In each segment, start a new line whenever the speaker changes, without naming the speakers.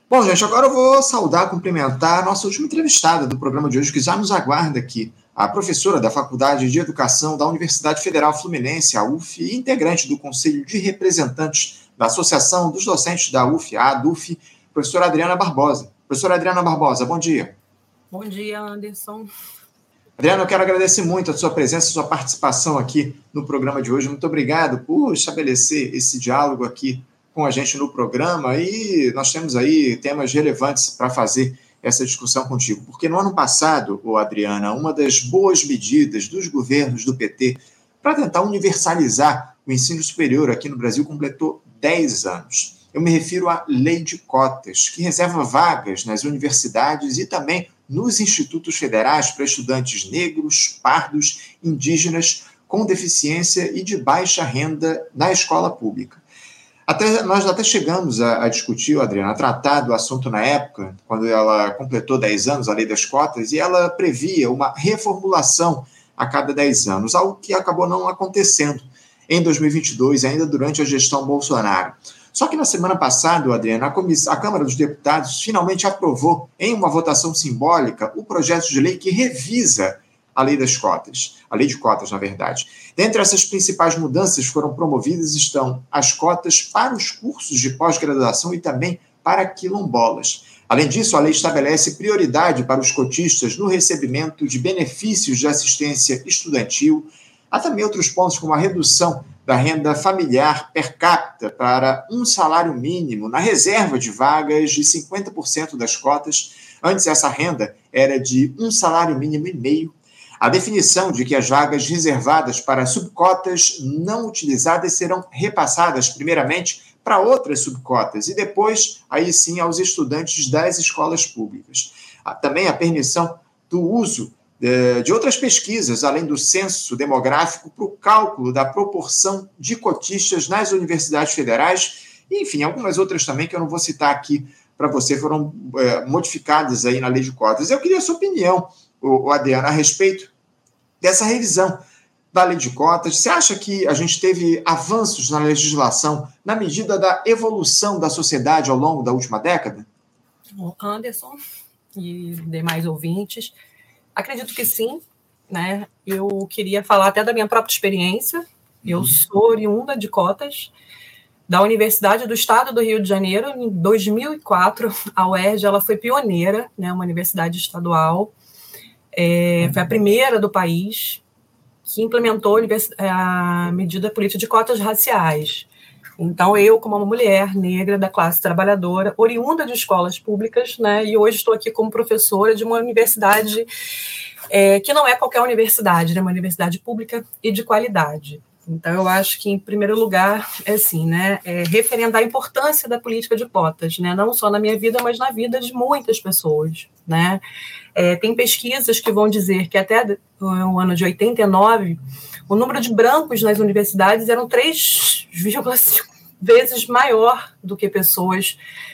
Bom, gente, agora eu vou saudar, cumprimentar a nossa última entrevistada do programa de hoje, que já nos aguarda aqui, a professora da Faculdade de Educação da Universidade Federal Fluminense, a UF, e integrante do Conselho de Representantes da Associação dos Docentes da UF, a ADUF, professora Adriana Barbosa. Professora Adriana Barbosa, bom dia.
Bom dia, Anderson.
Adriana, eu quero agradecer muito a sua presença, a sua participação aqui no programa de hoje. Muito obrigado por estabelecer esse diálogo aqui com a gente no programa, e nós temos aí temas relevantes para fazer essa discussão contigo, porque no ano passado, Adriana, uma das boas medidas dos governos do PT para tentar universalizar o ensino superior aqui no Brasil completou 10 anos. Eu me refiro à Lei de Cotas, que reserva vagas nas universidades e também nos institutos federais para estudantes negros, pardos, indígenas, com deficiência e de baixa renda na escola pública. Nós até chegamos a discutir, Adriana, a tratar do assunto na época, quando ela completou 10 anos, a Lei das Cotas, e ela previa uma reformulação a cada 10 anos, algo que acabou não acontecendo em 2022, ainda durante a gestão Bolsonaro. Só que na semana passada, Adriana, a Câmara dos Deputados finalmente aprovou, em uma votação simbólica, o projeto de lei que revisa a Lei das Cotas, a Lei de Cotas, na verdade. Dentre essas principais mudanças que foram promovidas estão as cotas para os cursos de pós-graduação e também para quilombolas. Além disso, a lei estabelece prioridade para os cotistas no recebimento de benefícios de assistência estudantil. Há também outros pontos, como a redução da renda familiar per capita para um salário mínimo na reserva de vagas de 50% das cotas. Antes, essa renda era de um salário mínimo e meio. A definição de que as vagas reservadas para subcotas não utilizadas serão repassadas primeiramente para outras subcotas e depois, aí sim, aos estudantes das escolas públicas. Também a permissão do uso de outras pesquisas, além do censo demográfico, para o cálculo da proporção de cotistas nas universidades federais, e, enfim, algumas outras também que eu não vou citar aqui para você, foram modificadas aí na Lei de Cotas. Eu queria a sua opinião, Adriana, a respeito dessa revisão da Lei de Cotas. Você acha que a gente teve avanços na legislação na medida da evolução da sociedade ao longo da última década?
Anderson e demais ouvintes, acredito que sim, né? Eu queria falar até da minha própria experiência. Eu sou oriunda de Cotas, da Universidade do Estado do Rio de Janeiro. Em 2004, a UERJ ela foi pioneira, né? Uma universidade estadual. Foi a primeira do país que implementou a medida política de cotas raciais. Então, eu, como uma mulher negra da classe trabalhadora, oriunda de escolas públicas, né, e hoje estou aqui como professora de uma universidade que não é qualquer universidade, né, uma universidade pública e de qualidade. Então, eu acho que, em primeiro lugar, referendar a importância da política de cotas, né, não só na minha vida, mas na vida de muitas pessoas, né. Tem pesquisas que vão dizer que até o ano de 89, o número de brancos nas universidades eram 3,5 vezes maior do que pessoas,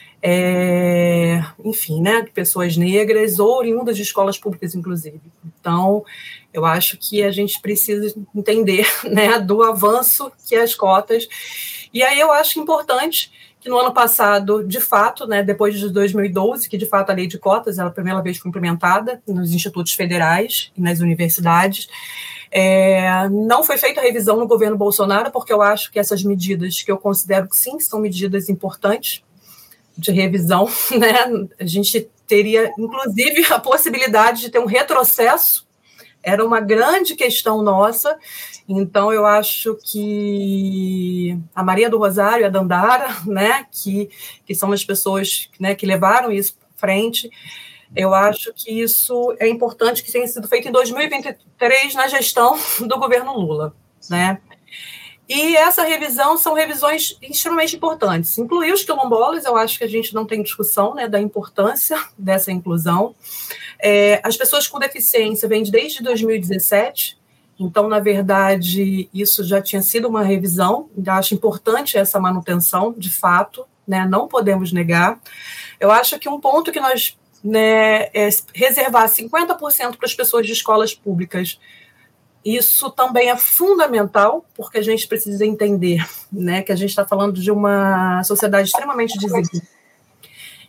pessoas negras ou oriundas de escolas públicas, inclusive. Então, eu acho que a gente precisa entender, né, do avanço que as cotas. E aí eu acho importante que no ano passado, de fato, né, depois de 2012, que de fato a Lei de Cotas, ela, a primeira vez foi implementada nos institutos federais e nas universidades, não foi feita a revisão no governo Bolsonaro, porque eu acho que essas medidas, que eu considero que sim, são medidas importantes de revisão, né, a gente teria, inclusive, a possibilidade de ter um retrocesso. Era uma grande questão nossa. Então, eu acho que a Maria do Rosário e a Dandara, né, que são as pessoas, né, que levaram isso para frente, eu acho que isso é importante que tenha sido feito em 2023 na gestão do governo Lula, né? E essa revisão são revisões extremamente importantes. Incluir os quilombolas, eu acho que a gente não tem discussão, né, da importância dessa inclusão. As pessoas com deficiência vêm desde 2017, então, na verdade, isso já tinha sido uma revisão. Eu acho importante essa manutenção, de fato, né, não podemos negar. Eu acho que um ponto que nós, né, reservar 50% para as pessoas de escolas públicas, isso também é fundamental, porque a gente precisa entender, né, que a gente está falando de uma sociedade extremamente desigual.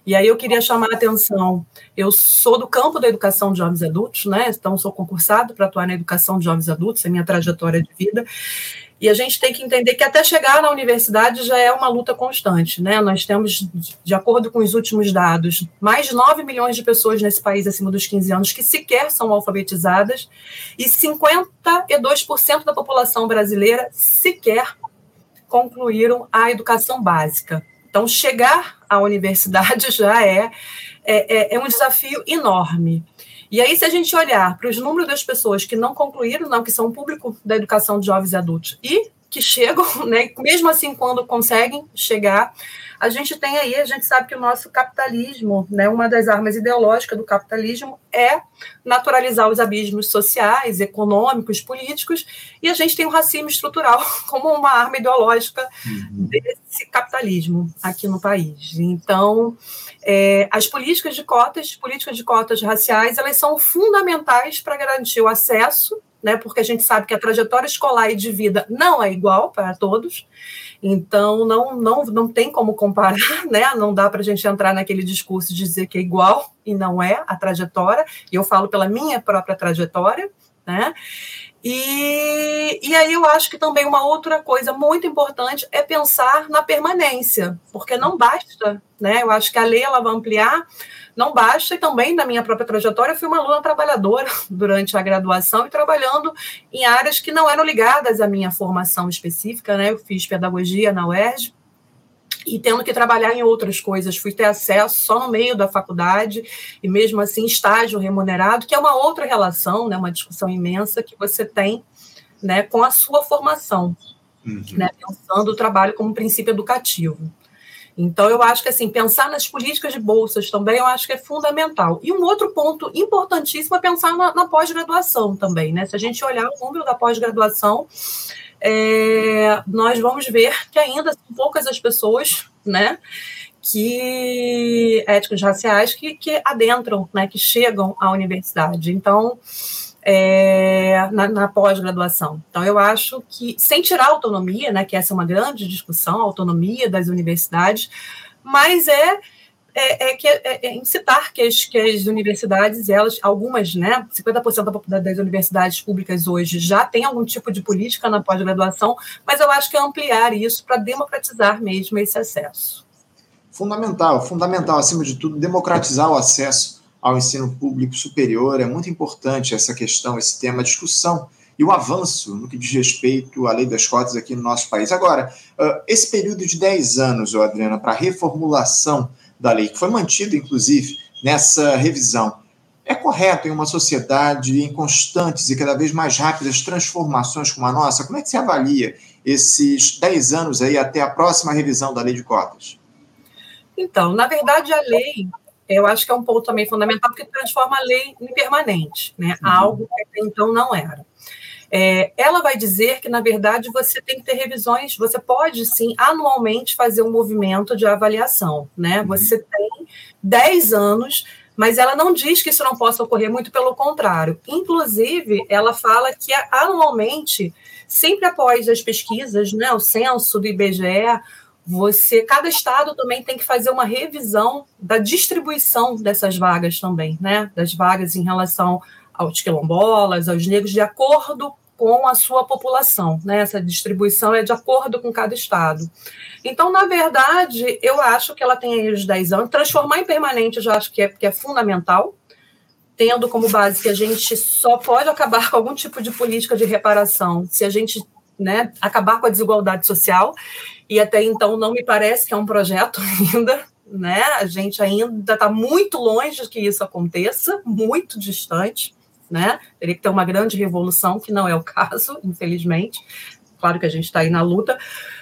E aí eu queria chamar a atenção, eu sou do campo da educação de jovens adultos, né? Então sou concursado para atuar na educação de jovens adultos, é minha trajetória de vida, e a gente tem que entender que até chegar na universidade já é uma luta constante, né? Nós temos, de acordo com os últimos dados, mais de 9 milhões de pessoas nesse país acima dos 15 anos que sequer são alfabetizadas, e 52% da população brasileira sequer concluíram a educação básica. Então, chegar à universidade já é um desafio enorme. E aí, se a gente olhar para os números das pessoas que não concluíram, não, que são o público da educação de jovens e adultos, e que chegam, né, mesmo assim, quando conseguem chegar, a gente tem aí, a gente sabe que o nosso capitalismo, né, uma das armas ideológicas do capitalismo é naturalizar os abismos sociais, econômicos, políticos, e a gente tem o racismo estrutural como uma arma ideológica desse capitalismo aqui no país. Então, as políticas de cotas raciais, elas são fundamentais para garantir o acesso, né, porque a gente sabe que a trajetória escolar e de vida não é igual para todos, então não tem como comparar, né, não dá para a gente entrar naquele discurso de dizer que é igual e não é a trajetória, e eu falo pela minha própria trajetória, né, e aí eu acho que também uma outra coisa muito importante é pensar na permanência, porque não basta, né, eu acho que a lei ela vai ampliar, não basta, e também na minha própria trajetória eu fui uma aluna trabalhadora durante a graduação e trabalhando em áreas que não eram ligadas à minha formação específica, né? Eu fiz pedagogia na UERJ e tendo que trabalhar em outras coisas, fui ter acesso só no meio da faculdade e mesmo assim estágio remunerado, que é uma outra relação, né? Uma discussão imensa que você tem, né, com a sua formação, né? Pensando o trabalho como princípio educativo. Então, eu acho que, assim, pensar nas políticas de bolsas também, eu acho que é fundamental. E um outro ponto importantíssimo é pensar na pós-graduação também, né? Se a gente olhar o número da pós-graduação, nós vamos ver que ainda são poucas as pessoas, né, éticos raciais que adentram, né, que chegam à universidade. Então, na pós-graduação. Então, eu acho que, sem tirar a autonomia, né, que essa é uma grande discussão, a autonomia das universidades, mas incitar que as universidades, elas, algumas, né, 50% das universidades públicas hoje já tem algum tipo de política na pós-graduação, mas eu acho que é ampliar isso para democratizar mesmo esse acesso.
Fundamental, acima de tudo, democratizar o acesso ao ensino público superior, é muito importante essa questão, esse tema, a discussão e o avanço no que diz respeito à lei das cotas aqui no nosso país. Agora, esse período de 10 anos, Adriana, para a reformulação da lei, que foi mantido, inclusive, nessa revisão, é correto em uma sociedade em constantes e cada vez mais rápidas transformações como a nossa? Como é que você avalia esses 10 anos aí até a próxima revisão da lei de cotas?
Então, na verdade, a lei, eu acho que é um ponto também fundamental, porque transforma a lei em permanente, né? Algo que até então não era. Ela vai dizer que, na verdade, você tem que ter revisões, você pode, sim, anualmente fazer um movimento de avaliação, né? Você tem 10 anos, mas ela não diz que isso não possa ocorrer, muito pelo contrário. Inclusive, ela fala que anualmente, sempre após as pesquisas, né, o censo do IBGE, cada estado também tem que fazer uma revisão da distribuição dessas vagas também, né? Das vagas em relação aos quilombolas, aos negros, de acordo com a sua população, né? Essa distribuição é de acordo com cada estado. Então, na verdade, eu acho que ela tem aí os 10 anos. Transformar em permanente, eu já acho que é fundamental, tendo como base que a gente só pode acabar com algum tipo de política de reparação se a gente, né, acabar com a desigualdade social, e até então não me parece que é um projeto ainda, né? A gente ainda está muito longe de que isso aconteça, muito distante, né? Teria que ter uma grande revolução, que não é o caso, infelizmente. Claro que a gente está aí na luta,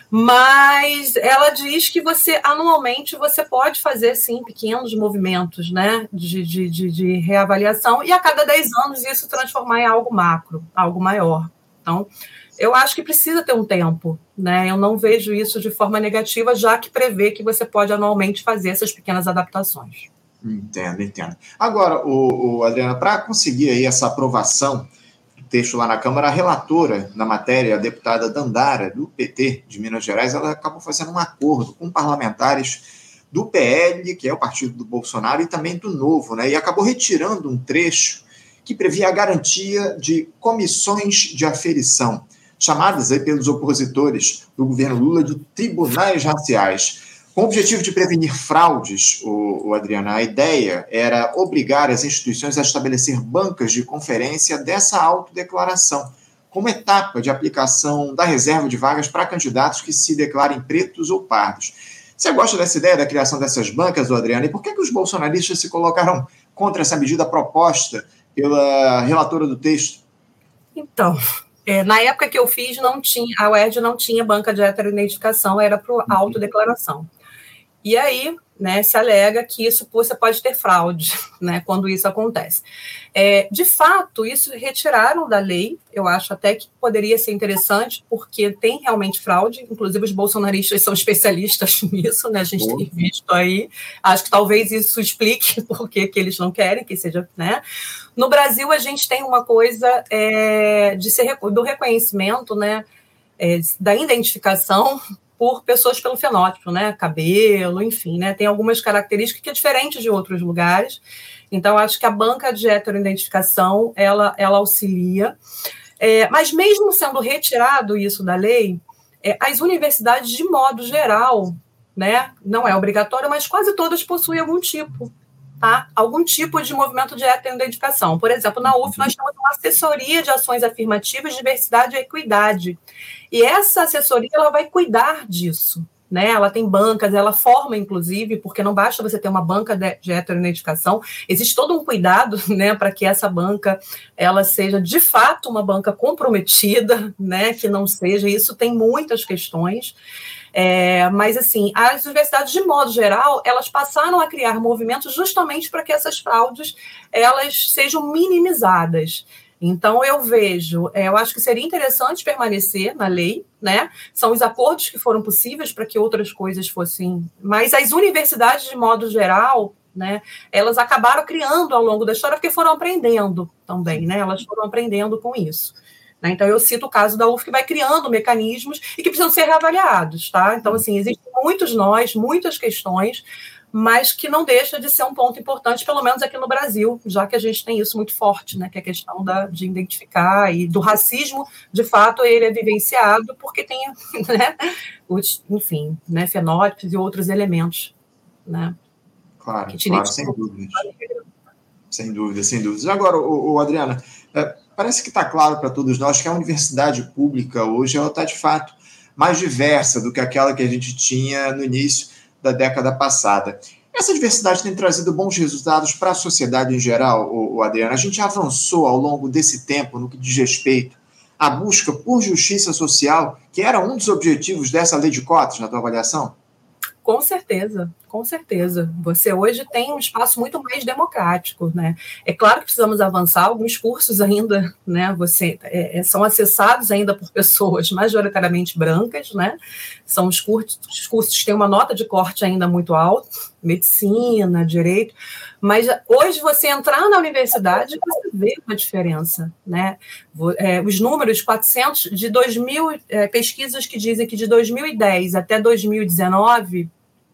mas ela diz que anualmente, você pode fazer, sim, pequenos movimentos, né, de reavaliação, e a cada 10 anos isso transformar em algo macro, algo maior. Então, eu acho que precisa ter um tempo, né? Eu não vejo isso de forma negativa, já que prevê que você pode anualmente fazer essas pequenas adaptações.
Entendo. Agora, Adriana, para conseguir aí essa aprovação do texto lá na Câmara, a relatora na matéria, a deputada Dandara, do PT de Minas Gerais, ela acabou fazendo um acordo com parlamentares do PL, que é o partido do Bolsonaro, e também do Novo, né? E acabou retirando um trecho que previa a garantia de comissões de aferição, chamadas aí pelos opositores do governo Lula de tribunais raciais. Com o objetivo de prevenir fraudes, Adriana, a ideia era obrigar as instituições a estabelecer bancas de conferência dessa autodeclaração, como etapa de aplicação da reserva de vagas para candidatos que se declarem pretos ou pardos. Você gosta dessa ideia da criação dessas bancas, Adriana? E por que os bolsonaristas se colocaram contra essa medida proposta pela relatora do texto?
Então, na época que eu fiz, a UERJ não tinha banca de heteroidentificação, era para autodeclaração. E aí, né, se alega que isso você pode ter fraude, né, quando isso acontece. De fato, isso retiraram da lei, eu acho até que poderia ser interessante, porque tem realmente fraude, inclusive os bolsonaristas são especialistas nisso, né, a gente tem visto aí, acho que talvez isso explique por que eles não querem que seja, né. No Brasil, a gente tem uma coisa do reconhecimento, né, da identificação por pessoas pelo fenótipo, né, cabelo, enfim, né, tem algumas características que é diferente de outros lugares, então acho que a banca de heteroidentificação, ela auxilia, mas mesmo sendo retirado isso da lei, as universidades, de modo geral, né, não é obrigatório, mas quase todas possuem algum tipo de movimento de heteroidentificação. Por exemplo, na UF nós temos uma assessoria de ações afirmativas, diversidade e equidade. E essa assessoria ela vai cuidar disso, né? Ela tem bancas, ela forma, inclusive, porque não basta você ter uma banca de heteroidentificação, existe todo um cuidado, né, para que essa banca ela seja, de fato, uma banca comprometida, né, que não seja, isso tem muitas questões. Mas, assim, as universidades, de modo geral, elas passaram a criar movimentos justamente para que essas fraudes elas sejam minimizadas. Então, eu acho que seria interessante permanecer na lei, né? São os acordos que foram possíveis para que outras coisas fossem... Mas as universidades, de modo geral, né, elas acabaram criando ao longo da história porque foram aprendendo também, né? Elas foram aprendendo com isso. Então, eu cito o caso da UF, que vai criando mecanismos e que precisam ser reavaliados, tá? Então, assim, existem muitos nós, muitas questões, mas que não deixa de ser um ponto importante, pelo menos aqui no Brasil, já que a gente tem isso muito forte, né? Que é a questão de identificar e do racismo, de fato, ele é vivenciado porque tem, né, enfim, né, fenótipos e outros elementos, né?
Claro, sem dúvidas. Sem dúvidas. Agora, Adriana, parece que está claro para todos nós que a universidade pública hoje ela está, de fato, mais diversa do que aquela que a gente tinha no início da década passada. Essa diversidade tem trazido bons resultados para a sociedade em geral, Adriana? A gente avançou ao longo desse tempo no que diz respeito à busca por justiça social, que era um dos objetivos dessa lei de cotas, na tua avaliação?
Com certeza. Você hoje tem um espaço muito mais democrático, né? É claro que precisamos avançar, alguns cursos ainda, né? São acessados ainda por pessoas majoritariamente brancas, né? São os cursos que têm uma nota de corte ainda muito alta, medicina, direito, mas hoje você entrar na universidade, você vê uma diferença, né? Os números, 400, de 2000, pesquisas que dizem que de 2010 até 2019,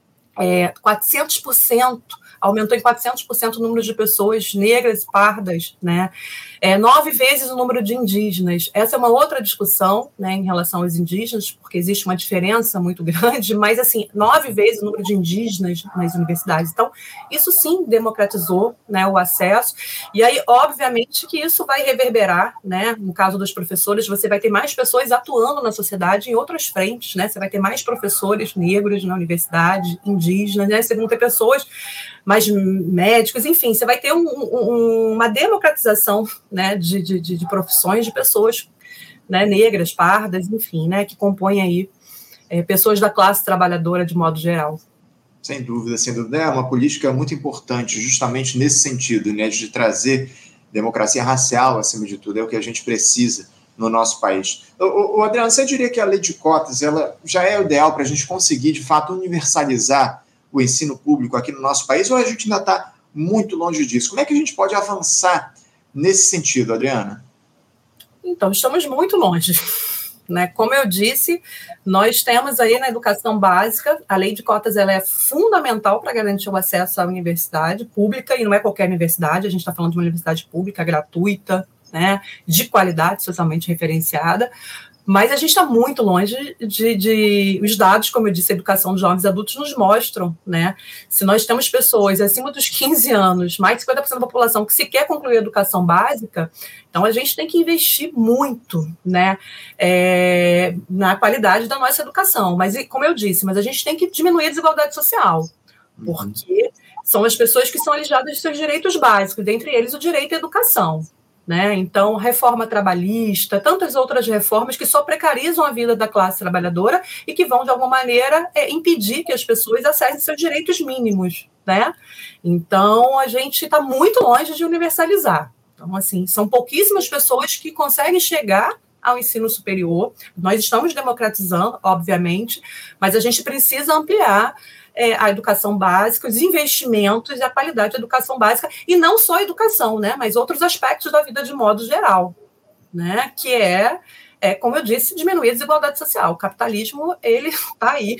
400%, aumentou em 400% o número de pessoas negras e pardas, né? 9 vezes o número de indígenas. Essa é uma outra discussão, né, em relação aos indígenas, porque existe uma diferença muito grande, mas, assim, 9 vezes o número de indígenas nas universidades. Então, isso sim democratizou, né, o acesso, e aí, obviamente, que isso vai reverberar, né? No caso dos professores, você vai ter mais pessoas atuando na sociedade em outras frentes, né? Você vai ter mais professores negros na universidade, indígenas, né? Você vão ter pessoas mais médicos, enfim, você vai ter uma democratização, né, de profissões de pessoas, né, negras, pardas, enfim, né, que compõem aí pessoas da classe trabalhadora de modo geral.
Sem dúvida. É uma política muito importante, justamente nesse sentido, né, de trazer democracia racial, acima de tudo, é o que a gente precisa no nosso país. Adriano, você diria que a lei de cotas ela já é o ideal para a gente conseguir, de fato, universalizar o ensino público aqui no nosso país, ou a gente ainda está muito longe disso? Como é que a gente pode avançar nesse sentido, Adriana?
Então, estamos muito longe, né? Como eu disse, nós temos aí na educação básica, a lei de cotas ela é fundamental para garantir o acesso à universidade pública, e não é qualquer universidade, a gente está falando de uma universidade pública, gratuita, né, de qualidade, socialmente referenciada, mas a gente está muito longe de os dados, como eu disse, a educação dos jovens adultos nos mostram, né? Se nós temos pessoas acima dos 15 anos, mais de 50% da população que sequer concluiu a educação básica, então a gente tem que investir muito, né, na qualidade da nossa educação. Mas, como eu disse, mas a gente tem que diminuir a desigualdade social, porque são as pessoas que são alijadas de seus direitos básicos, dentre eles o direito à educação. Né? Então, reforma trabalhista, tantas outras reformas que só precarizam a vida da classe trabalhadora e que vão, de alguma maneira, impedir que as pessoas acessem seus direitos mínimos. Né? Então, a gente está muito longe de universalizar. Então, assim, são pouquíssimas pessoas que conseguem chegar ao ensino superior. Nós estamos democratizando, obviamente, mas a gente precisa ampliar a educação básica, os investimentos e a qualidade da educação básica, e não só a educação, né, mas outros aspectos da vida de modo geral, né, que como eu disse, diminuir a desigualdade social. O capitalismo, ele está aí,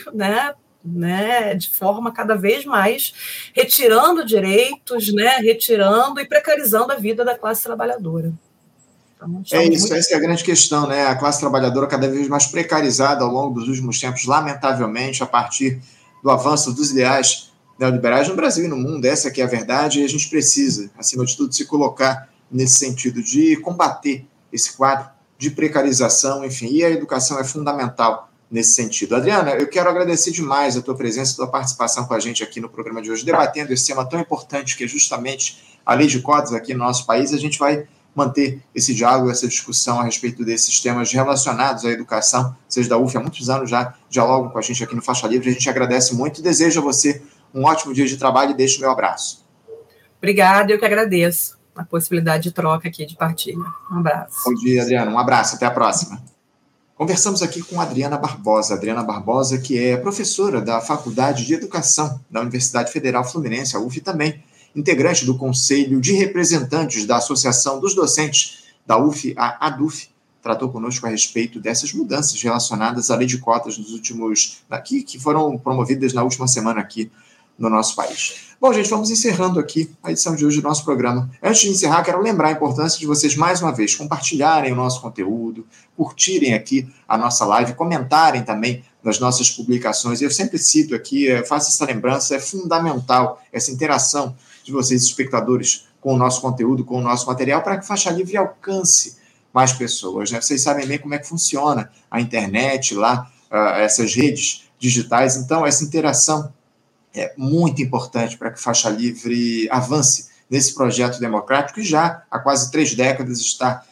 né, de forma cada vez mais retirando direitos, né, retirando e precarizando a vida da classe trabalhadora. Então,
essa é a grande questão, né, a classe trabalhadora cada vez mais precarizada ao longo dos últimos tempos, lamentavelmente, a partir do avanço dos ideais neoliberais no Brasil e no mundo. Essa aqui é a verdade, e a gente precisa, acima de tudo, se colocar nesse sentido de combater esse quadro de precarização, enfim, e a educação é fundamental nesse sentido. Adriana, eu quero agradecer demais a tua presença, a tua participação com a gente aqui no programa de hoje, debatendo esse tema tão importante que é justamente a lei de cotas aqui no nosso país. A gente vai manter esse diálogo, essa discussão a respeito desses temas relacionados à educação. Vocês da UF há muitos anos já dialogam com a gente aqui no Faixa Livre. A gente agradece muito e deseja a você um ótimo dia de trabalho e deixo o meu abraço.
Obrigada, eu que agradeço a possibilidade de troca aqui, de partilha. Um abraço.
Bom dia, Adriana. Um abraço, até a próxima. Conversamos aqui com Adriana Barbosa, que é professora da Faculdade de Educação da Universidade Federal Fluminense, a UF também, integrante do Conselho de Representantes da Associação dos Docentes da UF, a ADUF, tratou conosco a respeito dessas mudanças relacionadas à lei de cotas que foram promovidas na última semana aqui no nosso país. Bom, gente, vamos encerrando aqui a edição de hoje do nosso programa. Antes de encerrar, quero lembrar a importância de vocês, mais uma vez, compartilharem o nosso conteúdo, curtirem aqui a nossa live, comentarem também nas nossas publicações. Eu sempre cito aqui, faço essa lembrança, é fundamental essa interação de vocês, espectadores, com o nosso conteúdo, com o nosso material, para que Faixa Livre alcance mais pessoas, né? Vocês sabem bem como é que funciona a internet lá, essas redes digitais. Então, essa interação é muito importante para que Faixa Livre avance nesse projeto democrático e já há quase 3 décadas está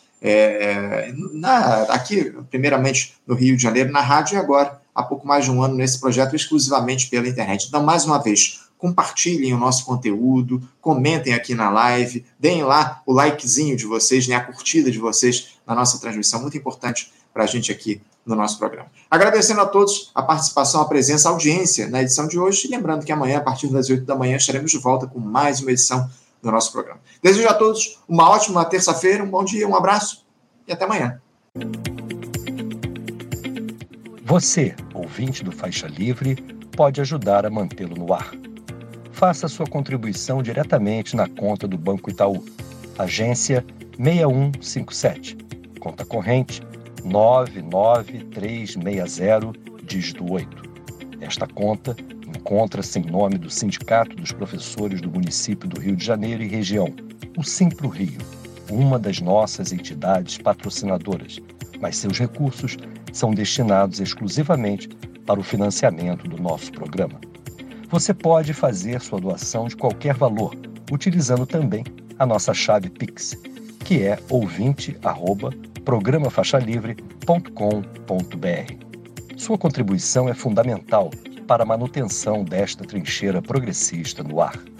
aqui, primeiramente no Rio de Janeiro, na rádio, e agora, há pouco mais de um ano, nesse projeto exclusivamente pela internet. Então, mais uma vez, compartilhem o nosso conteúdo, comentem aqui na live, deem lá o likezinho de vocês, né, a curtida de vocês na nossa transmissão, muito importante para a gente aqui no nosso programa. Agradecendo a todos a participação, a presença, a audiência na edição de hoje, e lembrando que amanhã, a partir das 8 da manhã, estaremos de volta com mais uma edição do nosso programa. Desejo a todos uma ótima terça-feira, um bom dia, um abraço e até amanhã.
Você, ouvinte do Faixa Livre, pode ajudar a mantê-lo no ar. Faça sua contribuição diretamente na conta do Banco Itaú, agência 6157, conta corrente 99360, dígito 8. Esta conta encontra-se em nome do Sindicato dos Professores do Município do Rio de Janeiro e região, o Simpro Rio, uma das nossas entidades patrocinadoras, mas seus recursos são destinados exclusivamente para o financiamento do nosso programa. Você pode fazer sua doação de qualquer valor, utilizando também a nossa chave Pix, que é ouvinte@programafaixalivre.com.br. Sua contribuição é fundamental para a manutenção desta trincheira progressista no ar.